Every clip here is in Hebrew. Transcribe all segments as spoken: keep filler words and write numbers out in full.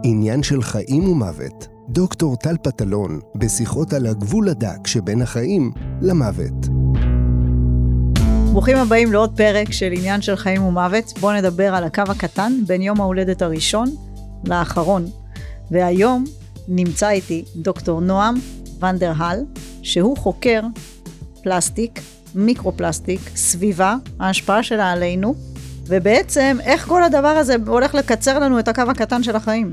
עניין של חיים ומוות. דוקטור טל פטלון, בשיחות על הגבול הדק שבין החיים למוות. ברוכים הבאים לעוד פרק של עניין של חיים ומוות. בואו נדבר על הקו הקטן בין יום ההולדת הראשון לאחרון. והיום נמצא איתי דוקטור נועם ונדרהל, שהוא חוקר פלסטיק, מיקרופלסטיק, סביבה, ההשפעה שלה עלינו, ובעצם איך כל הדבר הזה הולך לקצר לנו את הקו הקטן של החיים.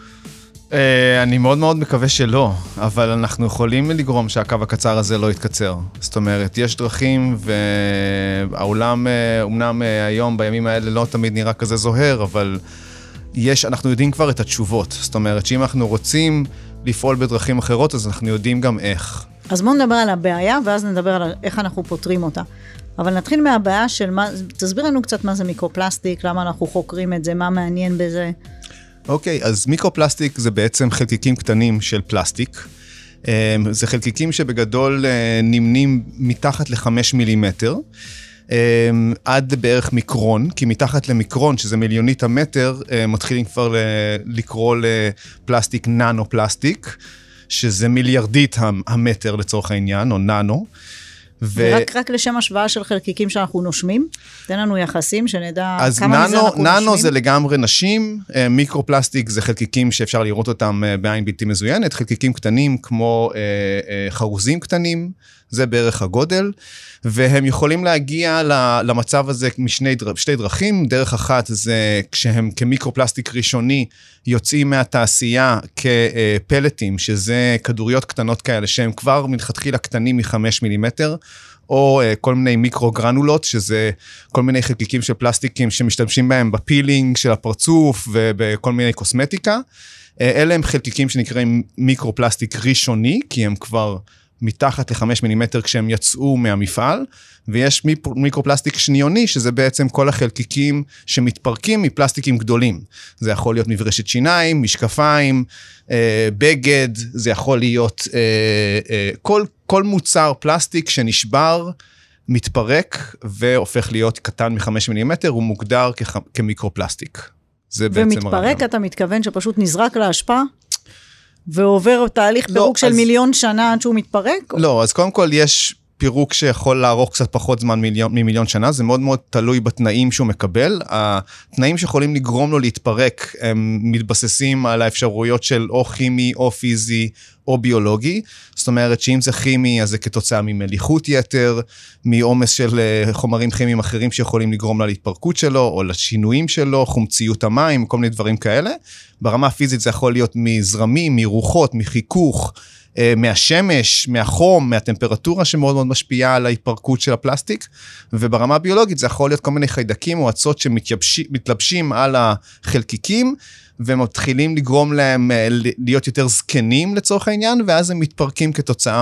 אני מאוד מאוד מקווה שלא, אבל אנחנו יכולים לגרום שהקו הקצר הזה לא יתקצר. זאת אומרת, יש דרכים, והעולם, אמנם היום, בימים האלה, לא תמיד נראה כזה זוהר, אבל יש, אנחנו יודעים כבר את התשובות. זאת אומרת, שאם אנחנו רוצים לפעול בדרכים אחרות, אז אנחנו יודעים גם איך. אז בואו נדבר על הבעיה, ואז נדבר על איך אנחנו פותרים אותה. אבל נתחיל מהבעיה של מה, תסביר לנו קצת מה זה מיקרופלסטיק, למה אנחנו חוקרים את זה, מה מעניין בזה. אוקיי, אז מיקרופלסטיק זה בעצם חלקיקים קטנים של פלסטיק. זה חלקיקים שבגדול נמנים מתחת לחמש מילימטר, עד בערך מיקרון, כי מתחת למיקרון, שזה מיליונית המטר, מתחילים כבר לקרוא לפלסטיק ננו-פלסטיק, שזה מיליארדית המטר לצורך העניין, או ננו. ורק רק לשם השוואה של חלקיקים שאנחנו נושמים, תן לנו יחסים שנדע כמה מזה אנחנו נושמים. אז ננו זה לגמרי נשים, מיקרופלסטיק זה חלקיקים שאפשר לראות אותם בעין בלתי מזוינת, חלקיקים קטנים כמו חרוזים קטנים, זה בערך הגודל, והם יכולים להגיע למצב הזה משני שתי דרכים. דרך אחת זה כשהם כמיקרופלסטיק ראשוני יוצאים מהתעשייה כפלטים, שזה כדוריות קטנות כאלה, שהם כבר מלכתחילה קטנים מחמש מילימטר, או כל מיני מיקרוגרנולות, שזה כל מיני חלקיקים של פלסטיקים שמשתמשים בהם בפילינג של הפרצוף ובכל מיני קוסמטיקה. אלה הם חלקיקים שנקראים מיקרופלסטיק ראשוני, כי הם כבר מתחת לחמש מילימטר כשהם יצאו מהמפעל, ויש מיקרופלסטיק שניוני, שזה בעצם כל החלקיקים שמתפרקים מפלסטיקים גדולים. זה יכול להיות מברשת שיניים, משקפיים, בגד, זה יכול להיות כל, כל מוצר פלסטיק שנשבר, מתפרק, והופך להיות קטן מחמש מילימטר, הוא מוגדר כ- כמיקרופלסטיק. זה בעצם ומתפרק, הרעיון. אתה מתכוון שפשוט נזרק להשפעה? ועובר תהליך לא, פירוק אז... של מיליון שנה עד שהוא מתפרק? לא, אז קודם כל יש פירוק שיכול לערוך קצת פחות זמן מיליון, ממיליון שנה, זה מאוד מאוד תלוי בתנאים שהוא מקבל. התנאים שיכולים לגרום לו להתפרק, הם מתבססים על האפשרויות של או כימי, או פיזי, או ביולוגי. זאת אומרת שאם זה כימי, אז זה כתוצאה ממליחות יתר, מעומס של חומרים כימיים אחרים שיכולים לגרום לה להתפרקות שלו, או לשינויים שלו, חומציות המים, כל מיני דברים כאלה. ברמה הפיזית זה יכול להיות מזרמים, מרוחות, מחיכוך, מהשמש, מהחום, מהטמפרטורה שמאוד מאוד משפיעה על ההתפרקות של הפלסטיק, וברמה הביולוגית זה יכול להיות כל מיני חיידקים או עצות שמתלבשים על החלקיקים, ומתחילים לגרום להם להיות יותר זקנים לצורך העניין, ואז הם מתפרקים כתוצאה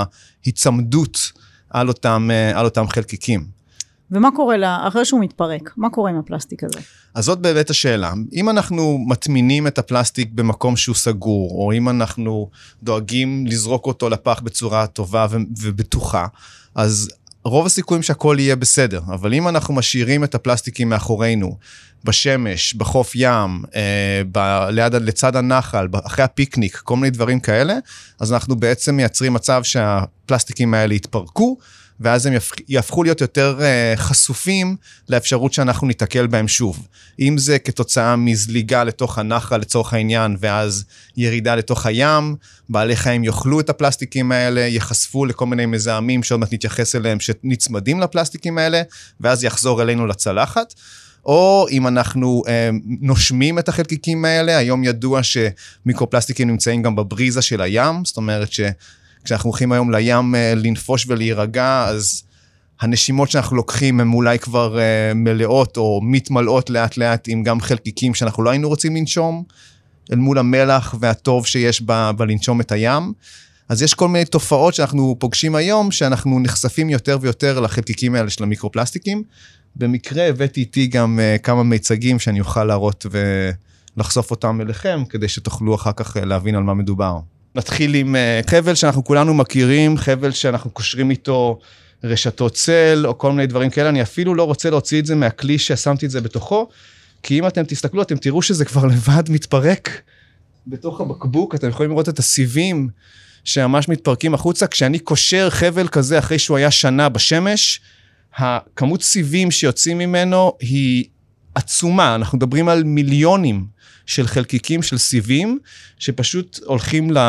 מההצמדות על אותם, על אותם חלקיקים. ומה קורה לה, אחרי שהוא מתפרק? מה קורה עם הפלסטיק הזה? אז זאת באמת השאלה. אם אנחנו מטמינים את הפלסטיק במקום שהוא סגור, או אם אנחנו דואגים לזרוק אותו לפח בצורה טובה ו- ובטוחה, אז רוב הסיכויים שהכל יהיה בסדר. אבל אם אנחנו משאירים את הפלסטיקים מאחורינו, בשמש, בחוף ים, אה, ב- ליד, לצד הנחל, אחרי הפיקניק, כל מיני דברים כאלה, אז אנחנו בעצם מייצרים מצב שהפלסטיקים האלה יתפרקו, ואז הם יהפכו להיות יותר חשופים לאפשרות שאנחנו ניתקל בהם שוב. אם זה כתוצאה מזליגה לתוך הנחל לצורך העניין, ואז ירידה לתוך הים, בעלי חיים יאכלו את הפלסטיקים האלה, יחשפו לכל מיני מזהמים שעוד מעט נתייחס אליהם, שנצמדים לפלסטיקים האלה, ואז יחזור אלינו לצלחת. או אם אנחנו אה, נושמים את החלקיקים האלה, היום ידוע שמיקרופלסטיקים נמצאים גם בבריזה של הים, זאת אומרת ש... כשאנחנו הולכים היום לים לנפוש ולהירגע, אז הנשימות שאנחנו לוקחים הן אולי כבר מלאות או מתמלאות לאט לאט עם גם חלקיקים שאנחנו לא היינו רוצים לנשום, אל מול המלח והטוב שיש ב- בלנשום את הים. אז יש כל מיני תופעות שאנחנו פוגשים היום, שאנחנו נחשפים יותר ויותר לחלקיקים האלה של המיקרופלסטיקים. במקרה הבאתי איתי גם כמה מיצגים שאני אוכל להראות ולחשוף אותם אליכם, כדי שתוכלו אחר כך להבין על מה מדובר. נתחיל עם חבל שאנחנו כולנו מכירים, חבל שאנחנו קושרים איתו רשתות צל, או כל מיני דברים כאלה. אני אפילו לא רוצה להוציא את זה מהכלי ששמתי את זה בתוכו, כי אם אתם תסתכלו, אתם תראו שזה כבר לבד מתפרק, בתוך הבקבוק, אתם יכולים לראות את הסיבים שממש מתפרקים החוצה, כשאני קושר חבל כזה אחרי שהוא היה שנה בשמש, הכמות סיבים שיוצאים ממנו היא עצומה, אנחנו מדברים על מיליונים של חלקיקים של סיבים, שפשוט הולכים ל...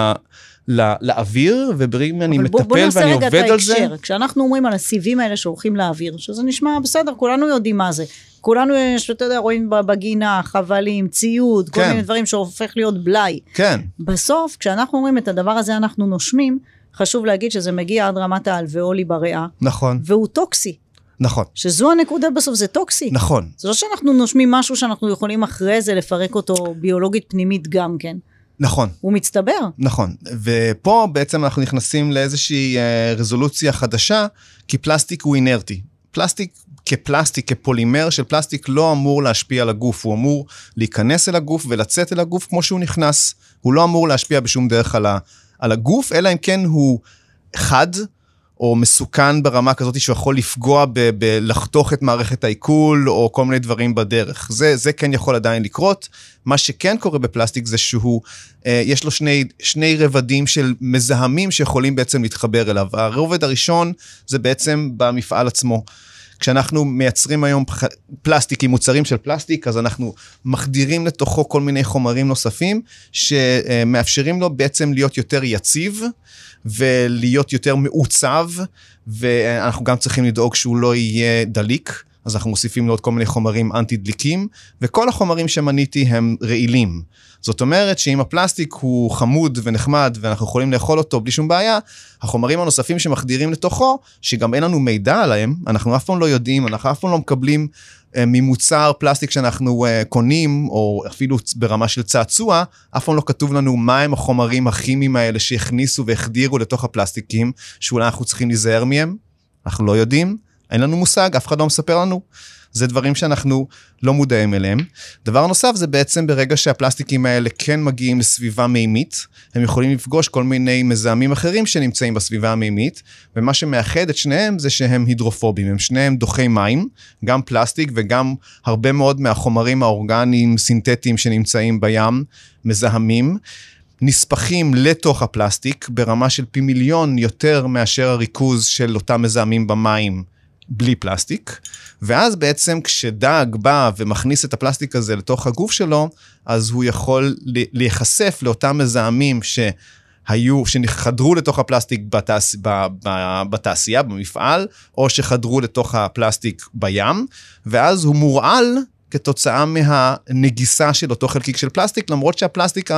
לאוויר, וברגע אני מטפל ואני עובד על זה. כשאנחנו אומרים על הסיבים האלה שהולכים לאוויר, שזה נשמע בסדר, כולנו יודעים מה זה. כולנו, שאתה יודע, רואים בגינה, חבלים, ציוד, כל מיני דברים שהופך להיות בלי. כן. בסוף, כשאנחנו אומרים את הדבר הזה, אנחנו נושמים, חשוב להגיד שזה מגיע עד רמת האלוויולי בריאה. נכון. והוא טוקסי. נכון. שזו הנקודה בסוף, זה טוקסי. נכון. זה לא שאנחנו נושמים משהו שאנחנו יכולים אחרי זה לפרק אותו ביולוגית פנימית גם כן. נכון. הוא מצטבר. נכון. ופה בעצם אנחנו נכנסים לאיזושהי רזולוציה חדשה, כי פלסטיק הוא אינרטי. פלסטיק כפלסטיק, כפולימר של פלסטיק לא אמור להשפיע על הגוף, הוא אמור להיכנס אל הגוף ולצאת אל הגוף כמו שהוא נכנס. הוא לא אמור להשפיע בשום דרך על, ה, על הגוף, אלא אם כן הוא חד, או מסוכן ברמה כזאת שהוא יכול לפגוע ב- בלחתוך את מערכת העיכול, או כל מיני דברים בדרך. זה, זה כן יכול עדיין לקרות. מה שכן קורה בפלסטיק זה שהוא, אה, יש לו שני, שני רבדים של מזהמים שיכולים בעצם להתחבר אליו. הרובד הראשון זה בעצם במפעל עצמו. כשאנחנו מייצרים היום פלסטיקים, מוצרים של פלסטיק, אז אנחנו מחדירים לתוכו כל מיני חומרים נוספים, שמאפשרים לו בעצם להיות יותר יציב, ולהיות יותר מעוצב, ואנחנו גם צריכים לדאוג שהוא לא יהיה דליק, אז אנחנו מוסיפים לו עוד כל מיני חומרים אנטי-דליקים, וכל החומרים שמניתי הם רעילים. זאת אומרת שאם הפלסטיק הוא חמוד ונחמד, ואנחנו יכולים לאכול אותו בלי שום בעיה, החומרים הנוספים שמחדירים לתוכו, שגם אין לנו מידע עליהם, אנחנו אף פעם לא יודעים, אנחנו אף פעם לא מקבלים ממוצר פלסטיק שאנחנו קונים, או אפילו ברמה של צעצוע, אף פעם לא כתוב לנו מהם החומרים הכימיים האלה שהכניסו והחדירו לתוך הפלסטיקים, שאולי אנחנו צריכים להיזהר מהם, אנחנו לא יודעים, אין לנו מושג, אף אחד לא מספר לנו. זה דברים שאנחנו לא מודעים אליהם. דבר נוסף זה בעצם ברגע שהפלסטיקים האלה כן מגיעים לסביבה מימית, הם יכולים לפגוש כל מיני מזהמים אחרים שנמצאים בסביבה המימית, ומה שמאחד את שניהם זה שהם הידרופובים, הם שניהם דוחי מים, גם פלסטיק וגם הרבה מאוד מהחומרים האורגניים, סינתטיים שנמצאים בים, מזהמים, נספחים לתוך הפלסטיק ברמה של פי מיליון יותר מאשר הריכוז של אותם מזהמים במים, בלי פלסטיק, ואז בעצם כשדג בא ומכניס את הפלסטיק הזה לתוך הגוף שלו, אז הוא יכול להיחשף לאותם מזהמים שהיו, שחדרו לתוך הפלסטיק בתעש... בתעשייה, במפעל, או שחדרו לתוך הפלסטיק בים, ואז הוא מורעל כתוצאה מהנגיסה של אותו חלקיק של פלסטיק, למרות שהפלסטיק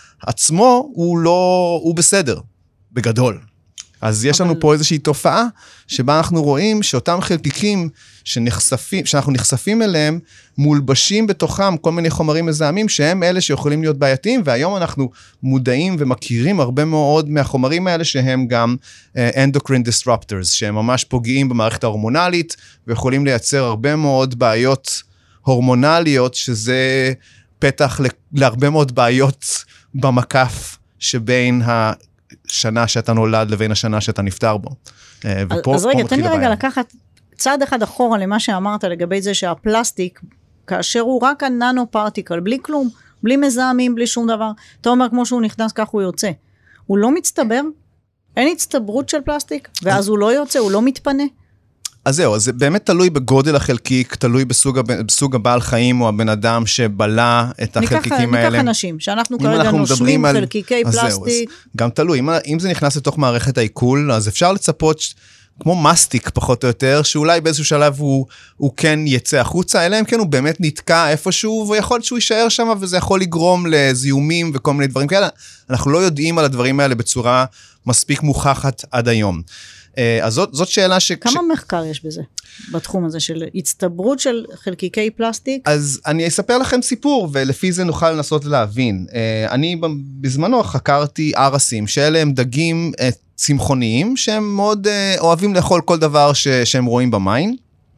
עצמו הוא לא, הוא בסדר, בגדול. אז יש לנו פה איזושהי תופעה, שבה אנחנו רואים שאותם חלקיקים שנחשפים, שאנחנו נחשפים אליהם, מולבשים בתוכם כל מיני חומרים מזהמים, שהם אלה שיכולים להיות בעייתיים, והיום אנחנו מודעים ומכירים הרבה מאוד מהחומרים האלה, שהם גם endocrine disruptors, שהם ממש פוגעים במערכת ההורמונלית, ויכולים לייצר הרבה מאוד בעיות הורמונליות, שזה פתח להרבה מאוד בעיות במקף, שבין ה... שנה שאתה נולד לבין השנה שאתה נפטר בו. ופה, אז רגע, תן לי רגע לקחת צעד אחד אחורה למה שאמרת לגבי זה שהפלסטיק, כאשר הוא רק הננו פרטיקל, בלי כלום, בלי מזהמים, בלי שום דבר, אתה אומר כמו שהוא נכנס כך הוא יוצא. הוא לא מצטבר? אין הצטברות של פלסטיק? ואז הוא לא יוצא, הוא לא מתפנה? אז זהו, אז זה באמת תלוי בגודל החלקיק, תלוי בסוג, בסוג הבעל חיים או הבן אדם שבלה את החלקיקים האלה. ניקח אנשים, שאנחנו כרגע נושמים על... חלקיקי פלסטיק. זהו, גם תלוי, אם, אם זה נכנס לתוך מערכת העיכול, אז אפשר לצפות כמו מסטיק פחות או יותר, שאולי באיזשהו שלב הוא, הוא כן יצא החוצה, אלא אם כן הוא באמת נתקע איפשהו, ויכול להיות שהוא יישאר שם, וזה יכול לגרום לזיהומים וכל מיני דברים כאלה. אנחנו לא יודעים על הדברים האלה בצורה מספיק מוכחת עד היום. אז זאת, זאת שאלה ש... כמה ש... מחקר יש בזה, בתחום הזה של הצטברות של חלקיקי פלסטיק? אז אני אספר לכם סיפור, ולפי זה נוכל לנסות להבין. אני בזמנו חקרתי ארסים, שאלה הם דגים צמחוניים, שהם מאוד אוהבים לאכול כל דבר ש... שהם רואים במים,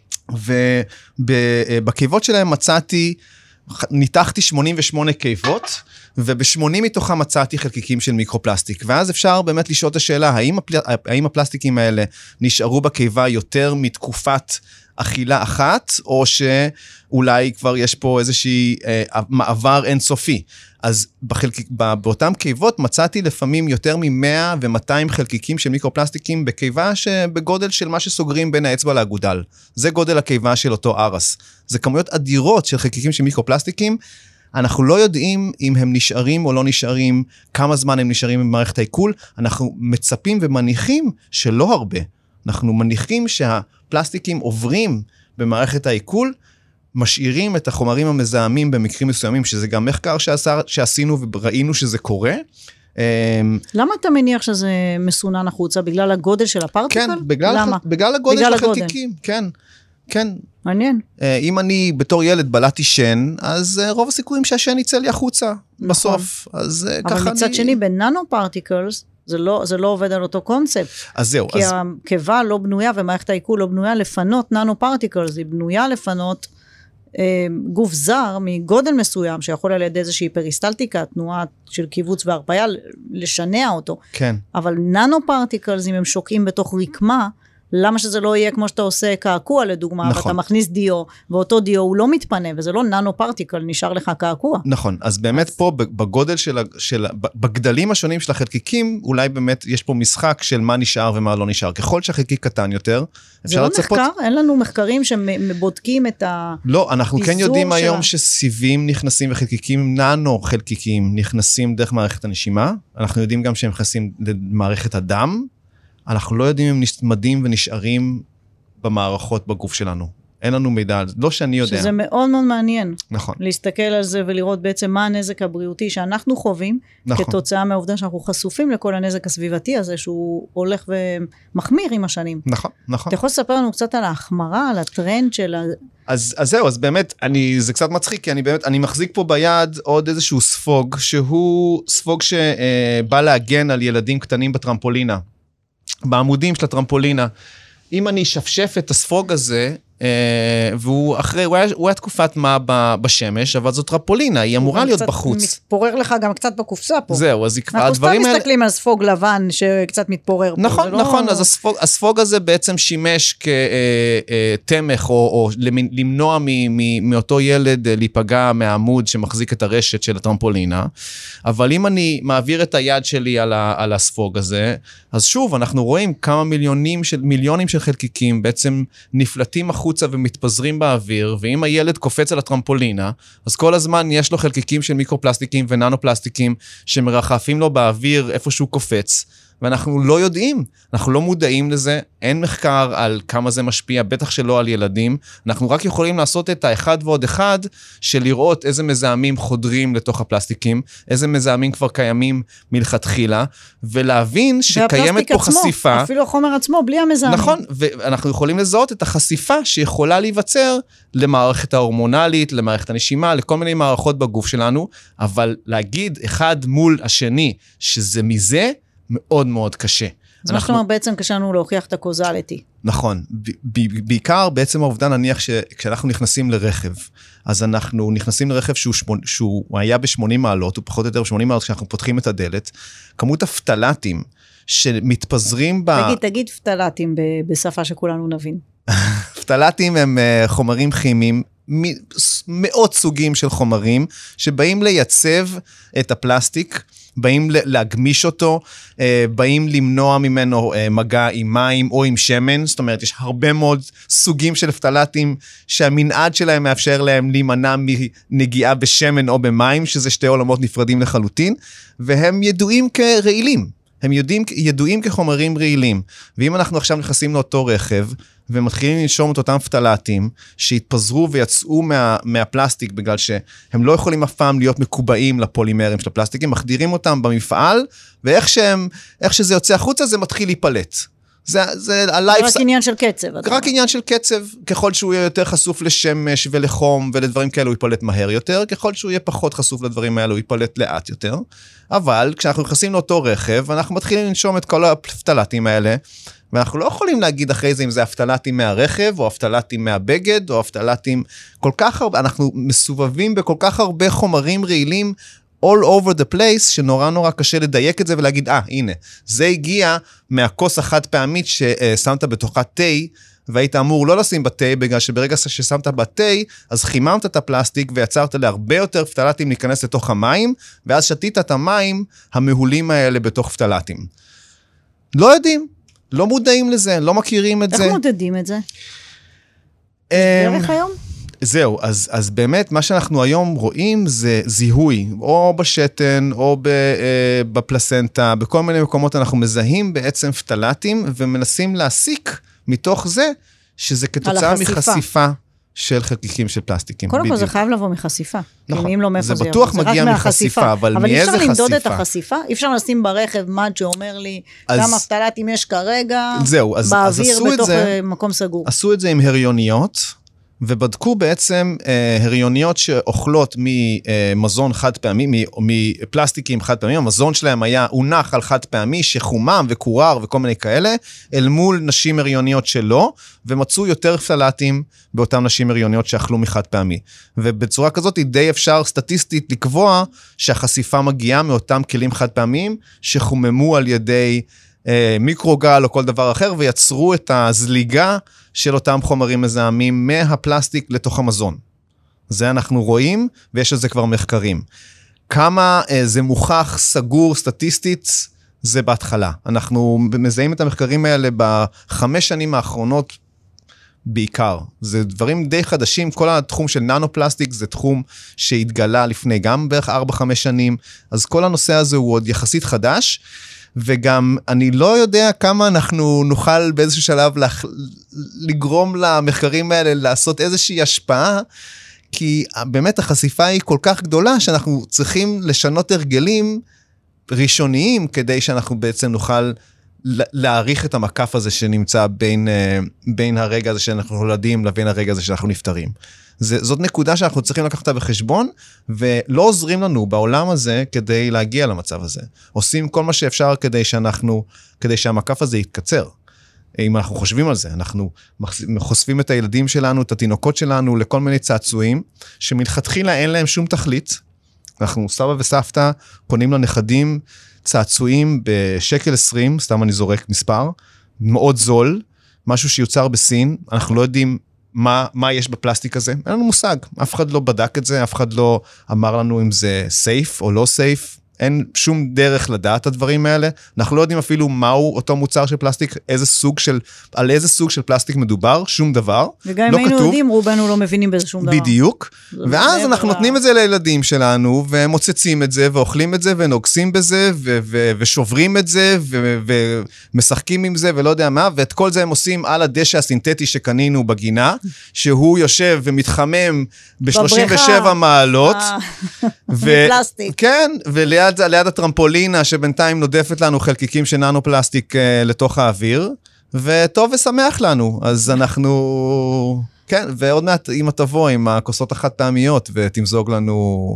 ובקיבות שלהם מצאתי, ניתחתי שמונים ושמונה קיבות, וב-שמונים מתוכם מצאתי חלקיקים של מיקרופלסטיק, ואז אפשר באמת לשאול את השאלה, האם, הפל... האם הפלסטיקים האלה נשארו בקיבה יותר מתקופת אכילה אחת, או שאולי כבר יש פה איזושהי אה, מעבר אינסופי. אז בחלק, באותם קיבות מצאתי לפעמים יותר מ-מאה ו-מאתיים חלקיקים של מיקרופלסטיקים בקיבה שבגודל של מה שסוגרים בין האצבע לאגודל. זה גודל הקיבה של אותו ארס. זה כמויות אדירות של חלקיקים של מיקרופלסטיקים. אנחנו לא יודעים אם הם נשארים או לא נשארים, כמה זמן הם נשארים במערכת העיכול. אנחנו מצפים ומניחים שלא הרבה. אנחנו מניחים שהפלסטיקים עוברים במערכת העיכול, משאירים את החומרים המזהמים במקרים מסוימים, שזה גם מחקר שעשה, שעשינו וראינו שזה קורה. למה אתה מניח שזה מסונן החוצה? בגלל הגודל של הפרטיקל? כן, בגלל, למה? בגלל הגודל בגלל של הגודל. החלקיקים, כן. כן. מעניין. אם אני בתור ילד בלעתי שן, אז רוב הסיכויים שהשן יצא לי החוצה נכון. בסוף. אז אבל ככה מצד אני... שני, בננו פרטיקלס, זה לא, זה לא עובד על אותו קונספט. אז זהו. כי אז... הקיבה לא בנויה, ומערכת העיכול לא בנויה לפנות ננו פרטיקלס, היא בנויה לפנות אה, גוף זר מגודל מסוים, שיכול על ידי איזושהי פריסטלטיקה, תנועה של קיבוץ והרפאיה, לשנע אותו. כן. אבל ננו פרטיקלס, אם הם שוקעים בתוך רקמה, למה שזה לא יהיה כמו שאתה עושה קעקוע לדוגמה, נכון. ואתה מכניס דיו, ואותו דיו הוא לא מתפנה, וזה לא ננו פרטיקל, נשאר לך קעקוע. נכון, אז באמת אז... פה בגודל של, של, בגדלים השונים של החלקיקים, אולי באמת יש פה משחק של מה נשאר ומה לא נשאר. ככל שהחלקיק קטן יותר, זה לא לצפות... מחקר? אין לנו מחקרים שבודקים את ה... לא, אנחנו כן יודעים של... היום שסיבים נכנסים וחלקיקים, ננו חלקיקים נכנסים דרך מערכת הנשימה, אנחנו יודעים גם שהם נכנסים למערכת הדם, אנחנו לא יודעים אם נצמדים ונשארים במערכות בגוף שלנו. אין לנו מידע על זה, לא שאני יודע. שזה מאוד מאוד מעניין. נכון. להסתכל על זה ולראות בעצם מה הנזק הבריאותי שאנחנו חווים, נכון. כתוצאה מהעובדה שאנחנו חשופים לכל הנזק הסביבתי הזה, שהוא הולך ומחמיר עם השנים. נכון, נכון. אתה יכול לספר לנו קצת על ההחמרה, על הטרנד של... אז, אז זהו, אז באמת, אני, זה קצת מצחיק, כי אני באמת, אני מחזיק פה ביד עוד איזשהו ספוג, שהוא ספוג שבא להגן על ילדים קטנים בטרמפולינה. בעמודים של הטרמפולינה, אם אני שפשף את הספוג הזה, והוא אחרי, הוא היה, הוא היה תקופת מה בשמש, אבל זאת טרמפולינה, היא אמורה להיות בחוץ. מתפורר לך גם קצת בקופסה פה. זהו, אז הדברים האלה... אנחנו סתם מסתכלים על ספוג לבן שקצת מתפורר פה. נכון, נכון, אז הספוג, הספוג הזה בעצם שימש כתמך, או, או למנוע מאותו ילד להיפגע מהעמוד שמחזיק את הרשת של הטרמפולינה, אבל אם אני מעביר את היד שלי על, ה, על הספוג הזה, אז שוב, אנחנו רואים כמה מיליונים של, מיליונים של חלקיקים בעצם נפלטים החוצה ומתפזרים באוויר, ואם הילד קופץ על הטרמפולינה, אז כל הזמן יש לו חלקיקים של מיקרופלסטיקים וננו-פלסטיקים שמרחפים לו באוויר איפה שהוא קופץ, ואנחנו לא יודעים, אנחנו לא מודעים לזה, אין מחקר על כמה זה משפיע, בטח שלא על ילדים, אנחנו רק יכולים לעשות את האחד ועוד אחד, של לראות איזה מזהמים חודרים לתוך הפלסטיקים, איזה מזהמים כבר קיימים מלכתחילה, ולהבין שקיימת פה עצמו, חשיפה. אפילו החומר עצמו, בלי המזהמים. נכון, ואנחנו יכולים לזהות את החשיפה שיכולה להיווצר למערכת ההורמונלית, למערכת הנשימה, לכל מיני מערכות בגוף שלנו, אבל להגיד אחד מול השני, שזה מזה, מאוד מאוד קשה. אז מה שאתה אומר, בעצם קשה לנו להוכיח את הקוזליטי. נכון, בעיקר בעצם העובדה נניח שכשאנחנו נכנסים לרכב, אז אנחנו נכנסים לרכב שהוא, שהוא היה ב-שמונים מעלות, הוא פחות או יותר ב-שמונים מעלות, כשאנחנו פותחים את הדלת, כמות הפטלטים שמתפזרים ב... תגיד, תגיד פטלטים בשפה שכולנו נבין. פטלטים הם חומרים כימיים, מאות סוגים של חומרים, שבאים לייצב את הפלסטיק, באים להגמיש אותו, באים למנוע ממנו מגע עם מים או עם שמן, זאת אומרת, יש הרבה מאוד סוגים של פטלטים, שהמנעד שלהם מאפשר להם להימנע מנגיעה בשמן או במים, שזה שתי עולמות נפרדים לחלוטין, והם ידועים כרעילים. הם יודעים, ידועים כחומרים רעילים, ואם אנחנו עכשיו נכנסים לאותו רכב, ומתחילים לנשום את אותם פטלטים, שהתפזרו ויצאו מה, מהפלסטיק, בגלל שהם לא יכולים אף פעם להיות מקובעים לפולימרים של הפלסטיקים, מחדירים אותם במפעל, ואיך שהם, איך שזה יוצא החוצה, זה מתחיל להיפלט. זה, זה, רק ס... עניין של קצב. רק עניין של קצב, ככל שהוא יהיה יותר חשוף לשמש ולחום ולדברים כאלו, הוא ייפלט מהר יותר, ככל שהוא יהיה פחות חשוף לדברים האלו, הוא ייפלט לאט יותר. אבל כשאנחנו נכנסים לאותו רכב, אנחנו מתחילים לנשום את כל הפטלטים האלה, ואנחנו לא יכולים להגיד אחרי זה אם זה הפטלטים מהרכב, או הפטלטים מהבגד, או הפטלטים כל כך הרבה, אנחנו מסובבים בכל כך הרבה חומרים רעילים, all over the place, שנורא נורא קשה לדייק את זה ולהגיד, אה, הנה, זה הגיע מהכוס החד פעמית ששמת בתוכה תה, והיית אמור לא לשים בתה, בגלל שברגע ששמת בתה, אז חיממת את הפלסטיק, ויצרת להרבה יותר פטלטים להיכנס לתוך המים, ואז שתית את המים המהולים האלה בתוך פטלטים. לא יודעים, לא מודעים לזה, לא מכירים את זה. איך מודדים את זה? דרך היום? זהו, אז, אז באמת מה שאנחנו היום רואים זה זיהוי, או בשתן, או בפלסנטה, בכל מיני מקומות אנחנו מזהים בעצם פטלטים, ומנסים להסיק מתוך זה, שזה כתוצאה מחשיפה של חלקיקים של פלסטיקים. קודם כל זה חייב לבוא מחשיפה. נכון, אם לא זה בטוח מגיע מחשיפה, אבל מאיזה חשיפה? אבל אי אפשר למדוד את החשיפה, אי אפשר לשים ברכב מד שאומר לי כמה פטלטים יש כרגע, זהו, אז, באוויר אז בתוך זה, מקום סגור. עשו את זה עם הריוניות, ובדקו בעצם אה, הריוניות שאוכלות ממזון חד פעמי, מפלסטיקים חד פעמי, המזון שלהם היה הונח על חד פעמי, שחומם וקורר וכל מיני כאלה, אל מול נשים הריוניות שלא, ומצאו יותר פטלטים באותן נשים הריוניות שאכלו מחד פעמי. ובצורה כזאת די אפשר סטטיסטית לקבוע שהחשיפה מגיעה מאותם כלים חד פעמיים, שחוממו על ידי אה, מיקרוגל או כל דבר אחר, ויצרו את הזליגה של אותם חומרים מזהמים מהפלסטיק לתוך המזון. זה אנחנו רואים, ויש על זה כבר מחקרים. כמה אה, זה מוכח סגור סטטיסטית, זה בהתחלה. אנחנו מזהים את המחקרים האלה בחמש שנים האחרונות בעיקר. זה דברים די חדשים, כל התחום של ננו-פלסטיק זה תחום שהתגלה לפני גם בערך ארבע חמש שנים, אז כל הנושא הזה הוא עוד יחסית חדש, וגם אני לא יודע כמה אנחנו נוכל באיזשהו שלב לגרום למחקרים האלה לעשות איזושהי השפעה, כי באמת החשיפה היא כל כך גדולה, שאנחנו צריכים לשנות הרגלים ראשוניים, כדי שאנחנו בעצם נוכל להעריך את המקף הזה שנמצא בין, בין הרגע הזה שאנחנו נולדים, לבין הרגע הזה שאנחנו נפטרים. זה, זאת נקודה שאנחנו צריכים לקחת בחשבון, ולא עוזרים לנו בעולם הזה כדי להגיע למצב הזה. עושים כל מה שאפשר כדי שאנחנו, כדי שהמקף הזה יתקצר. אם אנחנו חושבים על זה, אנחנו חושפים את הילדים שלנו, את התינוקות שלנו, לכל מיני צעצועים, שמלכתחילה אין להם שום תכלית. אנחנו, סבא וסבתא, פונים לנכדים, צעצועים בשקל עשרים, סתם אני זורק מספר, מאוד זול, משהו שיוצר בסין, אנחנו לא יודעים מה, מה יש בפלסטיק הזה, אין לנו מושג, אף אחד לא בדק את זה, אף אחד לא אמר לנו אם זה סייף או לא סייף, אין שום דרך לדעת את הדברים האלה, אנחנו לא יודעים אפילו מהו אותו מוצר של פלסטיק, איזה סוג של, על איזה סוג של פלסטיק מדובר, שום דבר, וגם אם היינו יודעים, רובנו לא מבינים בזה שום דבר. בדיוק, ואז אנחנו נותנים את זה לילדים שלנו, ומוצצים את זה, ואוכלים את זה, ונוגסים בזה, ושוברים את זה, ומשחקים עם זה, ולא יודע מה, ואת כל זה הם עושים על הדשא הסינתטי שקנינו בגינה, שהוא יושב ומתחמם ב-שלושים ושבע מעלות, מפלסטיק. כן, וליד ליד, ליד הטרמפולינה שבינתיים נודפת לנו חלקיקים של ננו-פלסטיק אה, לתוך האוויר, וטוב ושמח לנו, אז אנחנו, כן, ועוד מעט אמא תבוא עם הכוסות החד פעמיות, ותמזוג לנו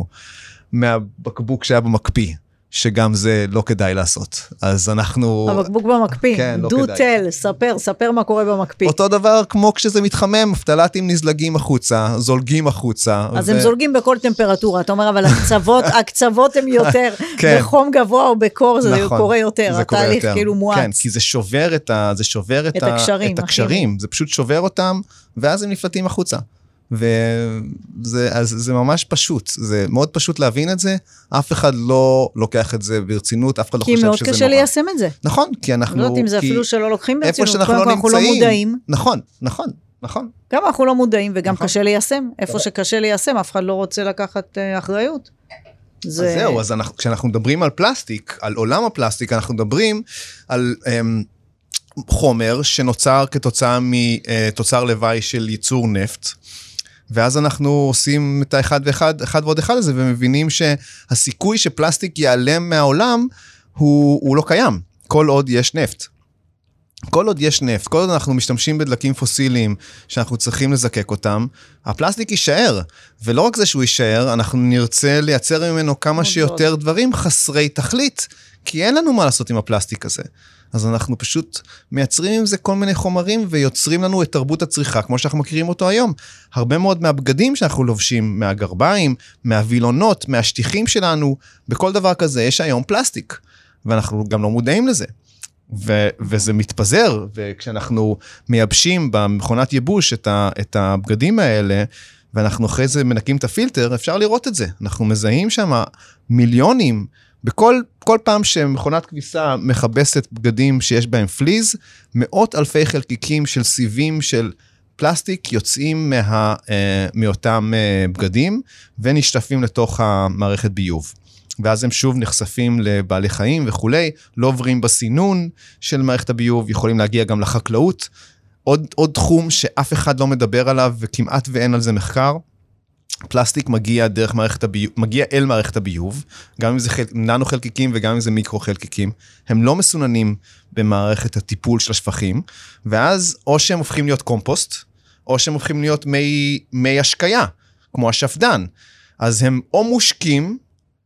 מהבקבוק שהיה במקפיא, שגם זה לא כדאי לעשות. אז אנחנו... הבקבוק במקפיא, כן, לא דו כדאי. תל, ספר, ספר מה קורה במקפיא. אותו דבר כמו כשזה מתחמם, פטלטים נזלגים החוצה, זולגים החוצה. אז ו... הם זולגים בכל טמפרטורה, אתה אומר, אבל הקצוות, הקצוות הם יותר, כן. בחום גבוה או בקור, זה נכון, קורה יותר, זה קורה התהליך יותר. כאילו מואץ. כן, כי זה שובר את, ה... זה שובר את, את ה... הקשרים, את הקשרים, זה פשוט שובר אותם, ואז הם נפלטים החוצה. וזה אז זה ממש פשוט, זה מאוד פשוט להבין את זה, אף אחד לא לוקח את זה ברצינות, אף אחד לא חושב שזה נורא. כי מאוד קשה ליישם את זה. נכון, כי אנחנו... לא יודעת אם זה אפילו שלא לוקחים ברצינות, איפה שאנחנו לא אנחנו לא מודעים. נכון, נכון, נכון. גם אנחנו לא מודעים וגם קשה ליישם, איפה שקשה ליישם, אף אחד לא רוצה לקחת אחריות. אז זהו, אז כשאנחנו מדברים על פלסטיק, על עולם הפלסטיק, אנחנו מדברים על... חומר שנוצר כתוצאה מתוצר לוואי של ייצור נפט, ואז אנחנו עושים את האחד ואחד, אחד ועוד אחד הזה, ומבינים שהסיכוי שפלסטיק ייעלם מהעולם, הוא, הוא לא קיים, כל עוד יש נפט. כל עוד יש נפט, כל עוד אנחנו משתמשים בדלקים פוסיליים, שאנחנו צריכים לזקק אותם, הפלסטיק יישאר, ולא רק זה שהוא יישאר, אנחנו נרצה לייצר ממנו כמה שיותר דברים חסרי תכלית, כי אין לנו מה לעשות עם הפלסטיק הזה. אז אנחנו פשוט מייצרים עם זה כל מיני חומרים, ויוצרים לנו את תרבות הצריכה, כמו שאנחנו מכירים אותו היום. הרבה מאוד מהבגדים שאנחנו לובשים, מהגרביים, מהווילונות, מהשטיחים שלנו, בכל דבר כזה יש היום פלסטיק, ואנחנו גם לא מודעים לזה. ו- וזה מתפזר, וכשאנחנו מייבשים במכונת ייבוש את, ה- את הבגדים האלה, ואנחנו אחרי זה מנקים את הפילטר, אפשר לראות את זה. אנחנו מזהים שם מיליונים, בכל כל פעם שמכונת כביסה מכבסת בגדים שיש בהם פליז, מאות אלפי חלקיקים של סיבים של פלסטיק יוצאים מה, אה, מאותם אה, בגדים, ונשטפים לתוך המערכת ביוב. ואז הם שוב נחשפים לבעלי חיים וכולי, לא עוברים בסינון של מערכת הביוב, יכולים להגיע גם לחקלאות. עוד, עוד תחום שאף אחד לא מדבר עליו, וכמעט ואין על זה מחקר, פלסטיק מגיע דרך מערכת הביוב, מגיע אל מערכת הביוב, גם אם זה חל, ננו חלקיקים וגם אם זה מיקרו חלקיקים, הם לא מסוננים במערכת הטיפול של השפכים, ואז או שהם הופכים להיות קומפוסט, או שהם הופכים להיות מי, מי השקיה, כמו השפדן. אז הם או מושקים,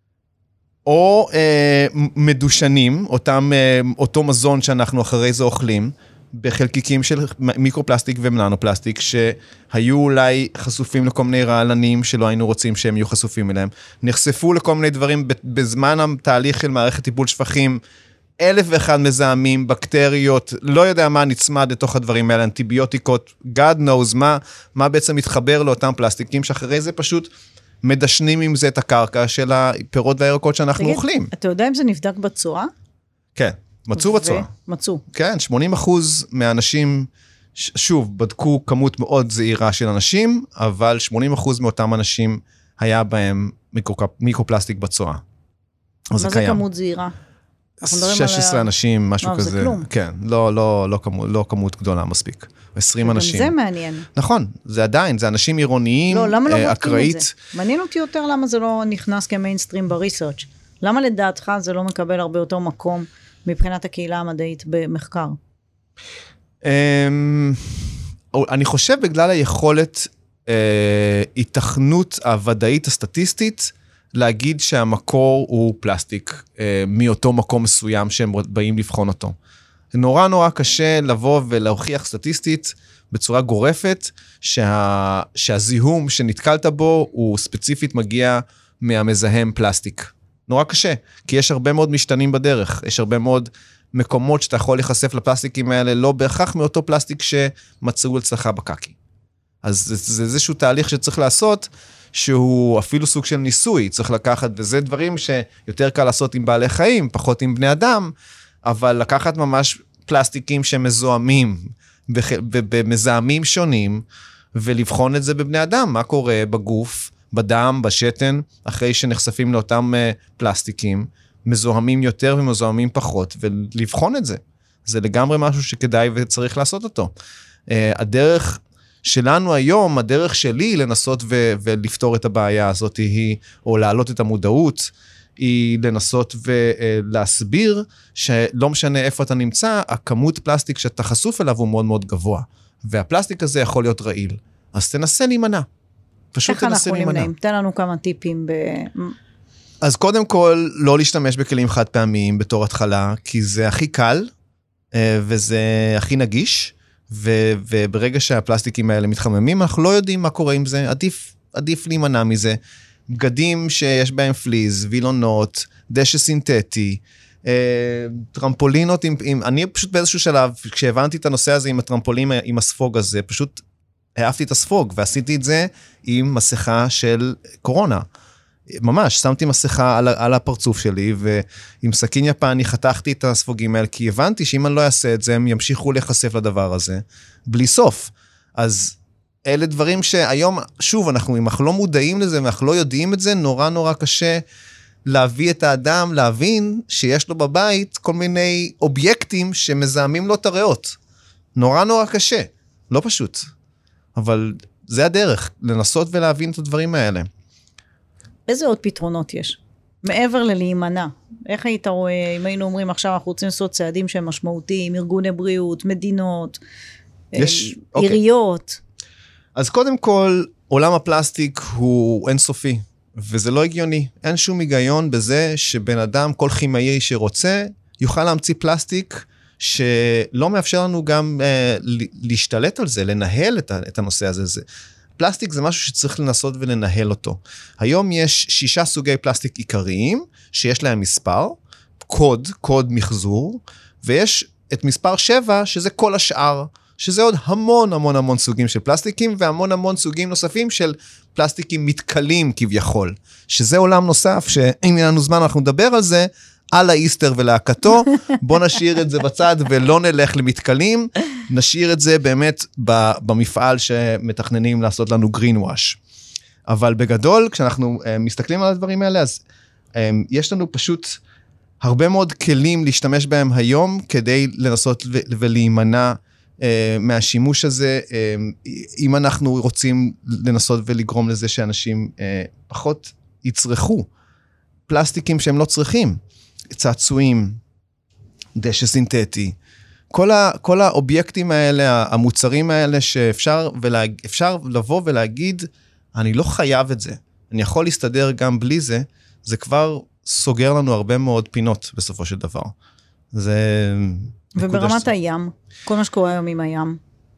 או אה, מדושנים, אותם, אה, אותו מזון שאנחנו אחרי זה אוכלים, בחלקיקים של מיקרופלסטיק ומננופלסטיק, שהיו אולי חשופים לכל מיני רעלנים שלא היינו רוצים שהם יהיו חשופים אליהם, נחשפו לכל מיני דברים בזמן התהליך של מערכת טיפול שפכים, אלף ואחד מזהמים, בקטריות, לא יודע מה נצמד לתוך הדברים האלה, אנטיביוטיקות, God knows מה, מה בעצם מתחבר לאותם פלסטיקים, שאחרי זה פשוט מדשנים עם זה את הקרקע של הפירות והירקות שאנחנו תגיד, אוכלים. אתה יודע אם זה נבדק בצורה? כן. מצאו בצורה. מצאו. כן, שמונים אחוז מהאנשים, שוב, בדקו כמות מאוד זהירה של אנשים, אבל שמונים אחוז מאותם אנשים היה בהם מיקרופלסטיק בצואה. מה זה קיים. כמות זהירה? שש עשרה אנשים, משהו לא, כזה. זה כלום. כן, לא, לא, לא, כמות, לא כמות גדולה מספיק. עשרים אנשים. זה מעניין. נכון, זה עדיין, זה אנשים עירוניים, לא, למה לא בודקים אקראית. את זה? מעניין אותי יותר למה זה לא נכנס כמיינסטרים בריסרצ'. למה לדעתך זה לא מקבל הרבה יותר מקום מבחינת הקהילה המדעית במחקר? אני חושב בגלל היכולת, התכנות הוודאית הסטטיסטית, להגיד שהמקור הוא פלסטיק, מאותו מקום מסוים שהם באים לבחון אותו. נורא נורא קשה לבוא ולהוכיח סטטיסטית בצורה גורפת, שה, שהזיהום שנתקלת בו הוא ספציפית מגיע מהמזהם פלסטיק. נורא קשה, כי יש הרבה מאוד משתנים בדרך, יש הרבה מאוד מקומות שאתה יכול להיחשף לפלסטיקים האלה, לא בהכרח מאותו פלסטיק שמצאו אצלך בקקי. אז זה, זה איזשהו תהליך שצריך לעשות, שהוא אפילו סוג של ניסוי, צריך לקחת, וזה דברים שיותר קל לעשות עם בעלי חיים, פחות עם בני אדם, אבל לקחת ממש פלסטיקים שמזוהמים, במזהמים שונים, ולבחון את זה בבני אדם, מה קורה בגוף, בדם, בשתן, אחרי שנחשפים לאותם פלסטיקים, מזוהמים יותר ומזוהמים פחות, ולבחון את זה. זה לגמרי משהו שכדאי וצריך לעשות אותו. הדרך שלנו היום, הדרך שלי לנסות ו- ולפתור את הבעיה הזאת היא, או להעלות את המודעות, היא לנסות ולהסביר שלא משנה איפה אתה נמצא, הכמות פלסטיק שאתה חשוף אליו הוא מאוד מאוד גבוה, והפלסטיק הזה יכול להיות רעיל. אז תנסה להימנע. פשוט תנסה להימנע. איך אנחנו נמנעים? תן לנו כמה טיפים ב... אז קודם כל, לא להשתמש בכלים חד פעמיים בתור התחלה, כי זה הכי קל, וזה הכי נגיש, ו- וברגע שהפלסטיקים האלה מתחממים, אנחנו לא יודעים מה קורה עם זה, עדיף, עדיף להימנע מזה. בגדים שיש בהם פליז, וילונות, דשא סינתטי, טרמפולינות, עם, עם, אני פשוט באיזשהו שלב, כשהבנתי את הנושא הזה עם הטרמפולים, עם הספוג הזה, פשוט העפתי את הספוג, ועשיתי את זה עם מסכה של קורונה. ממש, שמתי מסכה על, על הפרצוף שלי, ועם סכין יפני חתכתי את הספוגים האלה, כי הבנתי שאם אני לא אעשה את זה, הם ימשיכו להיחשף לדבר הזה, בלי סוף. אז אלה דברים שהיום, שוב, אנחנו, אם אנחנו לא מודעים לזה, ואנחנו לא יודעים את זה, נורא נורא קשה להביא את האדם, להבין שיש לו בבית כל מיני אובייקטים שמזהמים לו את הריאות. נורא נורא קשה, לא פשוט. אבל זה הדרך, לנסות ולהבין את הדברים האלה. איזה עוד פתרונות יש? מעבר ללהימנע. איך היית רואה, אם היינו אומרים עכשיו, אנחנו רוצים לעשות צעדים שהם משמעותיים, ארגוני בריאות, מדינות, יש, עיריות. אוקיי. אז קודם כל, עולם הפלסטיק הוא אינסופי, וזה לא הגיוני. אין שום היגיון בזה שבן אדם, כל כימאי שרוצה, יוכל להמציא פלסטיק, שלא מאפשר לנו גם אה, להשתלט על זה, לנהל את, את הנושא הזה. זה. פלסטיק זה משהו שצריך לנסות ולנהל אותו. היום יש שישה סוגי פלסטיק עיקריים, שיש להם מספר, קוד, קוד מחזור, ויש את מספר שבע, שזה כל השאר, שזה עוד המון המון המון סוגים של פלסטיקים, והמון המון סוגים נוספים של פלסטיקים מתקלים כביכול, שזה עולם נוסף, שאם אין לנו זמן אנחנו נדבר על זה, על האיסטר ולהקתו, בוא נשאיר את זה בצד ולא נלך למתקלים, נשאיר את זה באמת במפעל שמתכננים לעשות לנו green wash. אבל בגדול, כשאנחנו מסתכלים על הדברים האלה, אז יש לנו פשוט הרבה מאוד כלים להשתמש בהם היום, כדי לנסות ולהימנע מהשימוש הזה, אם אנחנו רוצים לנסות ולגרום לזה שאנשים פחות יצרכו פלסטיקים שהם לא צריכים, צעצועים, דשא סינתטי, כל, ה, כל האובייקטים האלה, המוצרים האלה שאפשר ולה, אפשר לבוא ולהגיד, אני לא חייב את זה, אני יכול להסתדר גם בלי זה, זה כבר סוגר לנו הרבה מאוד פינות בסופו של דבר. זה... וברמת הים, כל מה שקורה היום עם הים.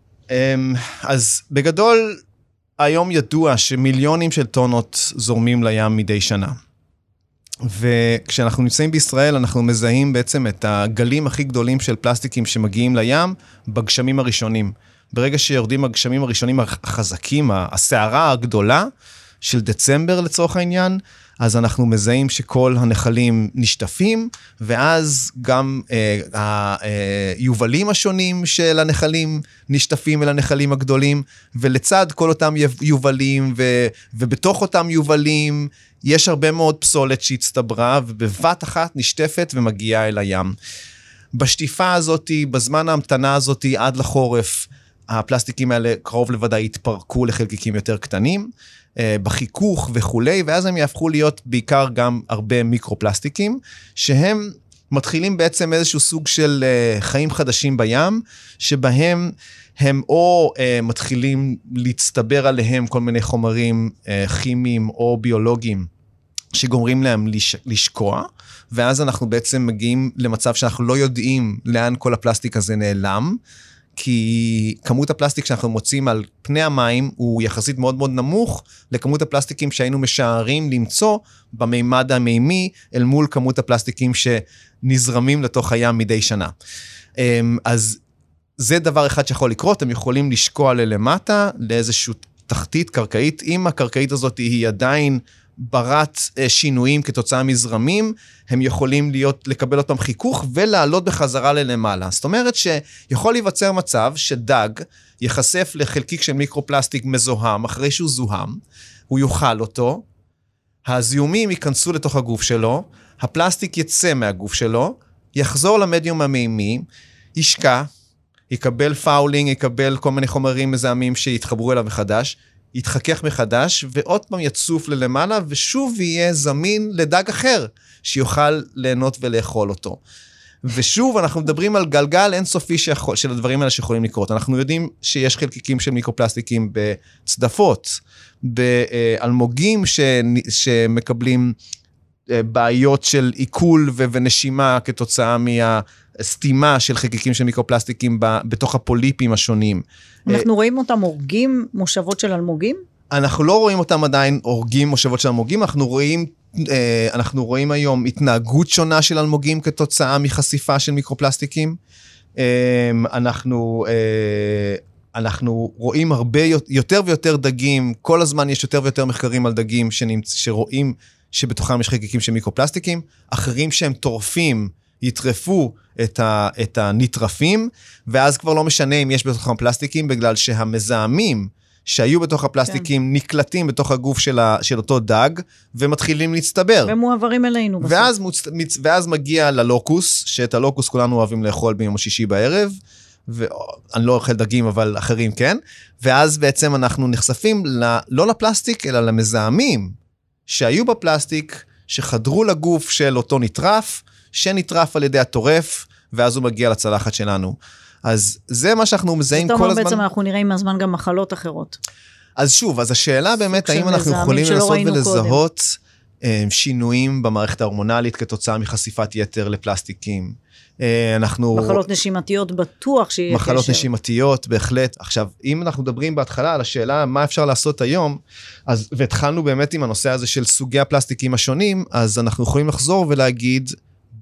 אז בגדול, היום ידוע שמיליונים של טונות זורמים לים מדי שנה. וכשאנחנו נמצאים בישראל, אנחנו מזהים בעצם את הגלים הכי גדולים של פלסטיקים שמגיעים לים, בגשמים הראשונים. ברגע שיורדים הגשמים הראשונים החזקים, הסערה הגדולה של דצמבר לצורך העניין, אז אנחנו מזהים שכל הנחלים נשטפים, ואז גם אה, היובלים השונים של הנחלים נשטפים אל הנחלים הגדולים, ולצד כל אותם יובלים, ו, ובתוך אותם יובלים, יש הרבה מאוד פסולת שהצטברה, ובבת אחת נשטפת ומגיעה אל הים. בשטיפה הזאת, בזמן ההמתנה הזאת עד לחורף, הפלסטיקים האלה קרוב לוודאי התפרקו לחלקיקים יותר קטנים, בחיכוך וכולי, ואז הם יהפכו להיות בעיקר גם הרבה מיקרופלסטיקים, שהם מתחילים בעצם איזשהו סוג של חיים חדשים בים, שבהם הם או מתחילים להצטבר עליהם כל מיני חומרים כימיים או ביולוגיים, שגומרים להם לשקוע, ואז אנחנו בעצם מגיעים למצב שאנחנו לא יודעים לאן כל הפלסטיק הזה נעלם, כי כמות הפלסטיק שאנחנו מוצאים על פני המים הוא יחסית מאוד מאוד נמוך לכמות הפלסטיקים שהיינו משערים למצוא במימד המימי אל מול כמות הפלסטיקים שנזרמים לתוך הים מדי שנה. אז זה דבר אחד שיכול לקרות, הם יכולים לשקוע ללמטה לאיזושהי תחתית קרקעית, אם הקרקעית הזאת היא עדיין ברת שינויים כתוצאה מזרמים, הם יכולים להיות, לקבל אותם חיכוך ולעלות בחזרה ללמעלה. זאת אומרת שיכול להיווצר מצב שדג יחשף לחלקיק של מיקרופלסטיק מזוהם, אחרי שהוא זוהם, הוא יאכל אותו, הזיהומים ייכנסו לתוך הגוף שלו, הפלסטיק יצא מהגוף שלו, יחזור למדיום המימי, ישקע, יקבל פאולינג, יקבל כל מיני חומרים מזהמים שיתחברו אליו מחדש, יתחכך מחדש, ועוד פעם יצוף ללמעלה, ושוב יהיה זמין לדג אחר, שיוכל ליהנות ולאכול אותו. ושוב, אנחנו מדברים על גלגל אינסופי שיכול, של הדברים האלה שיכולים לקרות. אנחנו יודעים שיש חלקיקים של מיקרופלסטיקים בצדפות, באלמוגים ש, שמקבלים בעיות של עיכול ונשימה כתוצאה מהסתימה של חלקיקים של מיקרופלסטיקים בתוך הפוליפים השונים. אנחנו רואים אותם הורגים מושבות של אלמוגים? אנחנו לא רואים אותם עדיין הורגים מושבות של אלמוגים, אנחנו רואים, אנחנו רואים היום התנהגות שונה של אלמוגים כתוצאה מחשיפה של מיקרופלסטיקים. אנחנו, אנחנו רואים הרבה יותר ויותר דגים, כל הזמן יש יותר ויותר מחקרים על דגים שרואים שבתוכם יש חלקיקים של מיקרופלסטיקים, אחרים שהם טורפים, יטרפו את, ה, את הנטרפים, ואז כבר לא משנה אם יש בתוכם פלסטיקים, בגלל שהמזהמים שהיו בתוך הפלסטיקים כן. נקלטים בתוך הגוף של, ה, של אותו דג, ומתחילים להצטבר. ומועברים אלינו. ואז, מוצ, ואז מגיע ללוקוס, שאת הלוקוס כולנו אוהבים לאכול ביום השישי בערב, ואני לא אוכל דגים, אבל אחרים כן, ואז בעצם אנחנו נחשפים ל, לא לפלסטיק, אלא למזהמים, שהיו בפלסטיק, שחדרו לגוף של אותו נטרף, שנטרף על ידי הטורף, ואז הוא מגיע לצלחת שלנו. אז זה מה שאנחנו מזהים כל הזמן. בעצם אנחנו נראה עם הזמן גם מחלות אחרות. אז שוב, אז השאלה באמת, האם אנחנו יכולים לנסות ולזהות קודם. שינויים במערכת ההורמונלית, כתוצאה מחשיפת יתר לפלסטיקים. אנחנו... מחלות נשימתיות בטוח שיהיה מחלות קשר. נשימתיות, בהחלט. עכשיו, אם אנחנו מדברים בהתחלה על השאלה מה אפשר לעשות היום, אז, והתחלנו באמת עם הנושא הזה של סוגי הפלסטיקים השונים, אז אנחנו יכולים לחזור ולהגיד,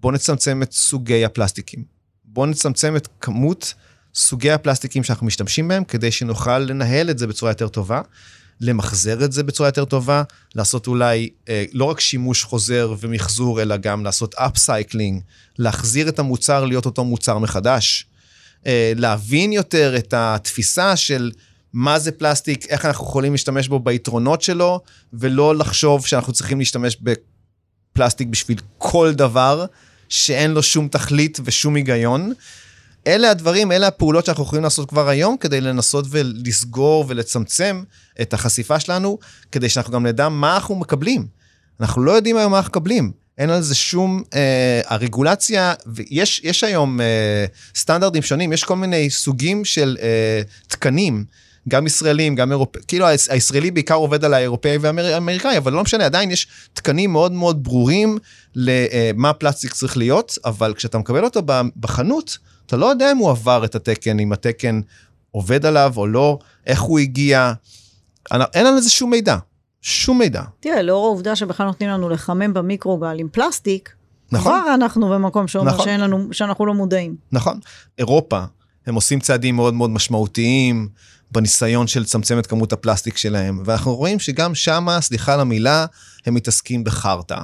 בוא נצמצם את סוגי הפלסטיקים. בוא נצמצם את כמות סוגי הפלסטיקים שאנחנו משתמשים בהם, כדי שנוכל לנהל את זה בצורה יותר טובה, למחזר את זה בצורה יותר טובה, לעשות אולי אה, לא רק שימוש חוזר ומחזור, אלא גם לעשות אפסייקלינג, להחזיר את המוצר להיות אותו מוצר מחדש, אה, להבין יותר את התפיסה של מה זה פלסטיק, איך אנחנו יכולים להשתמש בו ביתרונות שלו, ולא לחשוב שאנחנו צריכים להשתמש בפלסטיק בשביל כל דבר, שאין לו שום תכלית ושום היגיון. אלה הדברים, אלה הפעולות שאנחנו יכולים לעשות כבר היום, כדי לנסות ולסגור ולצמצם את החשיפה שלנו, כדי שאנחנו גם נדע מה אנחנו מקבלים. אנחנו לא יודעים היום מה אנחנו מקבלים. אין על זה שום, אה, הרגולציה, ויש, יש היום אה, סטנדרטים שונים, יש כל מיני סוגים של אה, תקנים, גם ישראלים, גם אירופאים, כאילו הישראלי בעיקר עובד על האירופאי והאמריקאי, אבל לא משנה, עדיין יש תקנים מאוד מאוד ברורים, למה פלסטיק צריך להיות, אבל כשאתה מקבל אותו בחנות, אתה לא יודע אם הוא עבר את התקן, אם התקן עובד עליו או לא, איך הוא הגיע, אין על זה שום מידע, שום מידע. תראה, לאור העובדה שבכלל נותנים לנו לחמם במיקרוגל עם פלסטיק, נכון. כבר אנחנו במקום שאומר נכון. שאין לנו, שאנחנו לא מודעים. נכון. אירופה, הם עושים צעדים מאוד מאוד משמעותיים, בניסיון של לצמצם את כמות הפלסטיק שלהם, ואנחנו רואים שגם שמה, סליחה למילה, הם מתעסקים בחרטה.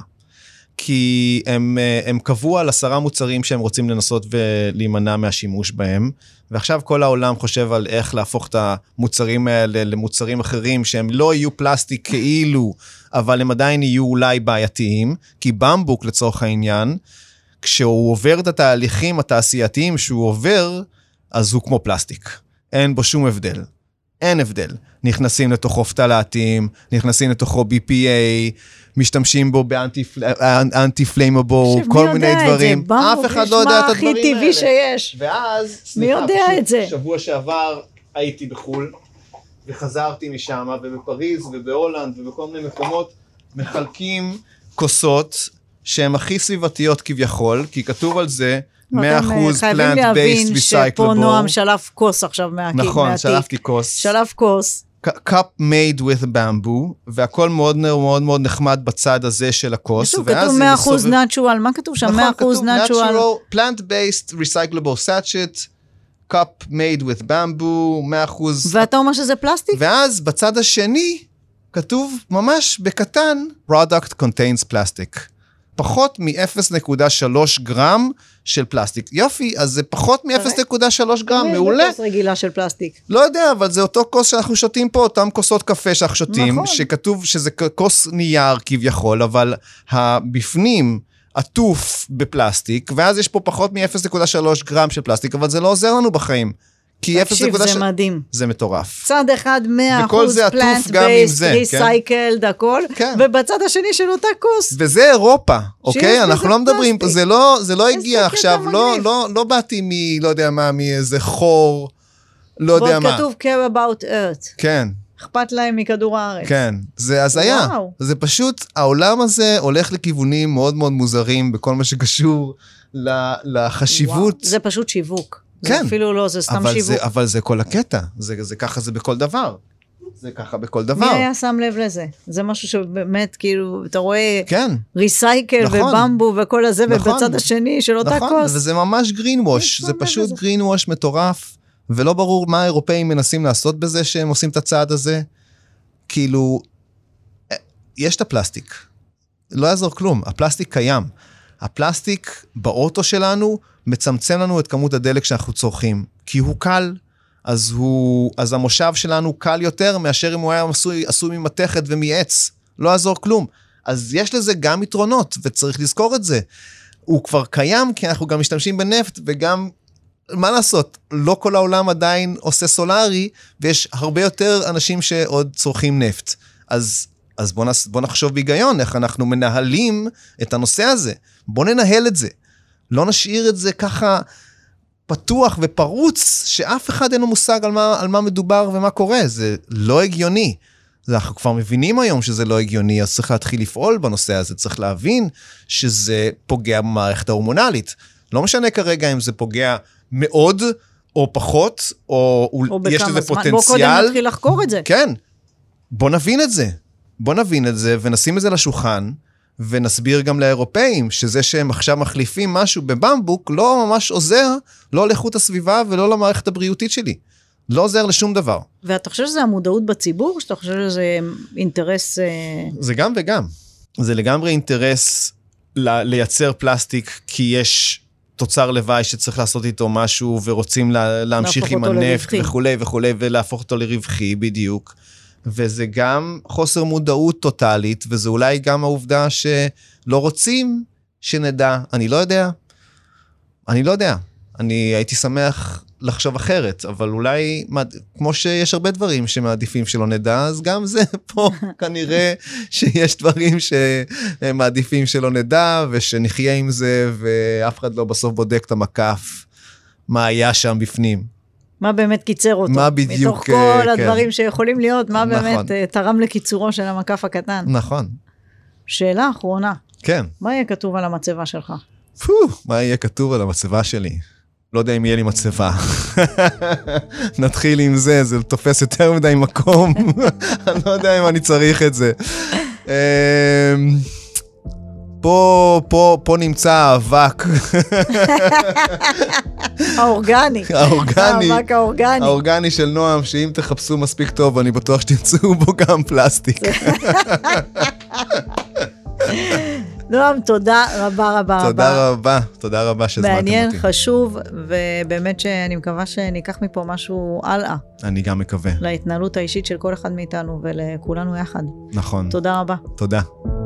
כי הם, הם קבעו על עשרה מוצרים שהם רוצים לנסות ולהימנע מהשימוש בהם, ועכשיו כל העולם חושב על איך להפוך את המוצרים האלה למוצרים אחרים, שהם לא יהיו פלסטיק כאילו, אבל הם עדיין יהיו אולי בעייתיים, כי במבוק לצורך העניין, כשהוא עובר את התהליכים התעשייתיים שהוא עובר, אז הוא כמו פלסטיק. אין בו שום הבדל. אין הבדל. נכנסים לתוכו פטלטים, נכנסים לתוכו בי פי איי, משתמשים בו באנטי פליימבו, כל מיני דברים. אף אחד לא יודע את הדברים האלה. הכי טבעי שיש. ואז, מי יודע את זה? שבוע שעבר הייתי בחול, וחזרתי משם, ובפריז ובהולנד ובכל מיני מקומות, מחלקים כוסות שהן הכי סביבתיות כביכול, כי כתוב על זה, מאה אחוז plant-based recyclable. חייבים להבין שפה נועם שלף כוס עכשיו מהתיק. נכון, שלפתי כוס. שלף כוס. cup made with bamboo, והכל מאוד מאוד מאוד נחמד בצד הזה של הכוס. כתוב מאה אחוז natural, מה כתוב שם? מאה אחוז natural. plant-based recyclable sachet, cup made with bamboo, מאה אחוז. ואתה אומר שזה פלסטיק? ואז בצד השני, כתוב ממש בקטן, product contains plastic. פחות מ-אפס נקודה שלוש גרם של פלסטיק. יופי, אז זה פחות מ-אפס נקודה שלוש גרם, מעולה. זה כוס רגילה של פלסטיק. לא יודע, אבל זה אותו כוס שאנחנו שותים פה, אותם כוסות קפה שאנחנו שותים, נכון. שכתוב שזה כוס נייר כביכול, אבל הבפנים עטוף בפלסטיק, ואז יש פה פחות מ-אפס נקודה שלוש גרם של פלסטיק, אבל זה לא עוזר לנו בחיים. תקשיב, זה מדהים. זה מטורף. צד אחד מאה אחוז plant-based, recycled, הכל, ובצד השני של אותה כוס. וזה אירופה, אוקיי? אנחנו לא מדברים, זה לא הגיע עכשיו, לא באתי מ, לא יודע מה, מאיזה חור, לא יודע מה. ועוד כתוב care about earth. כן. אכפת להם מכדור הארץ. כן, זה הזיה. זה פשוט, העולם הזה הולך לכיוונים מאוד מאוד מוזרים, בכל מה שקשור לחשיבות. זה פשוט שיווק. כן. זה אפילו לא, זה סתם אבל שיווק. זה, אבל זה כל הקטע, זה, זה ככה זה בכל דבר. זה ככה בכל דבר. מי היה שם לב לזה? זה משהו שבאמת, כאילו, אתה רואה, כן. ריסייקל נכון. ובמבו וכל הזה, נכון. ובצד השני של אותה נכון. כוס. וזה ממש גרין ווש, זה פשוט גרין ווש מטורף, ולא ברור מה האירופאים מנסים לעשות בזה, שהם עושים את הצעד הזה. כאילו, יש את הפלסטיק. לא יעזור כלום, הפלסטיק קיים. הפלסטיק באוטו שלנו, מצמצם לנו את כמות הדלק שאנחנו צורכים, כי הוא קל, אז, הוא, אז המושב שלנו קל יותר, מאשר אם הוא היה עשוי, עשוי ממתכת ומעץ, לא יעזור כלום. אז יש לזה גם יתרונות, וצריך לזכור את זה. הוא כבר קיים, כי אנחנו גם משתמשים בנפט, וגם, מה לעשות, לא כל העולם עדיין עושה סולרי, ויש הרבה יותר אנשים שעוד צורכים נפט. אז, אז בוא, נס, בוא נחשוב בהיגיון, איך אנחנו מנהלים את הנושא הזה. בוא ננהל את זה. לא נשאיר את זה ככה פתוח ופרוץ, שאף אחד אין לו מושג על מה, על מה מדובר ומה קורה. זה לא הגיוני. אנחנו כבר מבינים היום שזה לא הגיוני, אז צריך להתחיל לפעול בנושא הזה. צריך להבין שזה פוגע במערכת ההורמונלית. לא משנה כרגע אם זה פוגע מאוד או פחות, או, או יש לזה פוטנציאל. בוא קודם נתחיל לחקור את זה. כן. בוא נבין את זה. בוא נבין את זה ונשים את זה לשולחן, ונסביר גם לאירופאים, שזה שהם עכשיו מחליפים משהו בבמבוק, לא ממש עוזר, לא לאיכות הסביבה ולא למערכת הבריאותית שלי. לא עוזר לשום דבר. ואתה חושב שזה המודעות בציבור, שאתה חושב שזה אינטרס... זה גם וגם. זה לגמרי אינטרס לייצר פלסטיק, כי יש תוצר לוואי שצריך לעשות איתו משהו, ורוצים להמשיך עם הנפט וכו' וכו', ולהפוך אותו לרווחי בדיוק. וזה גם חוסר מודעות טוטלית, וזה אולי גם העובדה שלא רוצים שנדע. אני לא יודע. אני לא יודע. אני הייתי שמח לחשוב אחרת, אבל אולי, כמו שיש הרבה דברים שמעדיפים שלא נדע, אז גם זה פה כנראה שיש דברים שמעדיפים שלא נדע, ושנחיה עם זה, ואף אחד לא בסוף בודק את המקף, מה היה שם בפנים. מה באמת קיצר אותו. מה בדיוק, מתוך כל כן. הדברים שיכולים להיות, מה נכון. באמת תרם לקיצורו של המקף הקטן. נכון. שאלה אחרונה. כן. מה יהיה כתוב על המצבה שלך? פו, מה יהיה כתוב על המצבה שלי? לא יודע אם יהיה לי מצבה. נתחיל עם זה, זה תופס יותר מדי מקום. אני לא יודע אם אני צריך את זה. פה, פה, פה נמצא האבק. האורגני. האורגני. האבק האורגני. האורגני של נועם, שאם תחפשו מספיק טוב, אני בטוח שתמצאו בו גם פלסטיק. נועם, תודה רבה רבה רבה. תודה רבה, תודה רבה שהזמנתם אותי. מעניין, חשוב, ובאמת שאני מקווה שניקח מפה משהו הלאה. אני גם מקווה. להתנהלות האישית של כל אחד מאיתנו ולכולנו יחד. נכון. תודה רבה. תודה.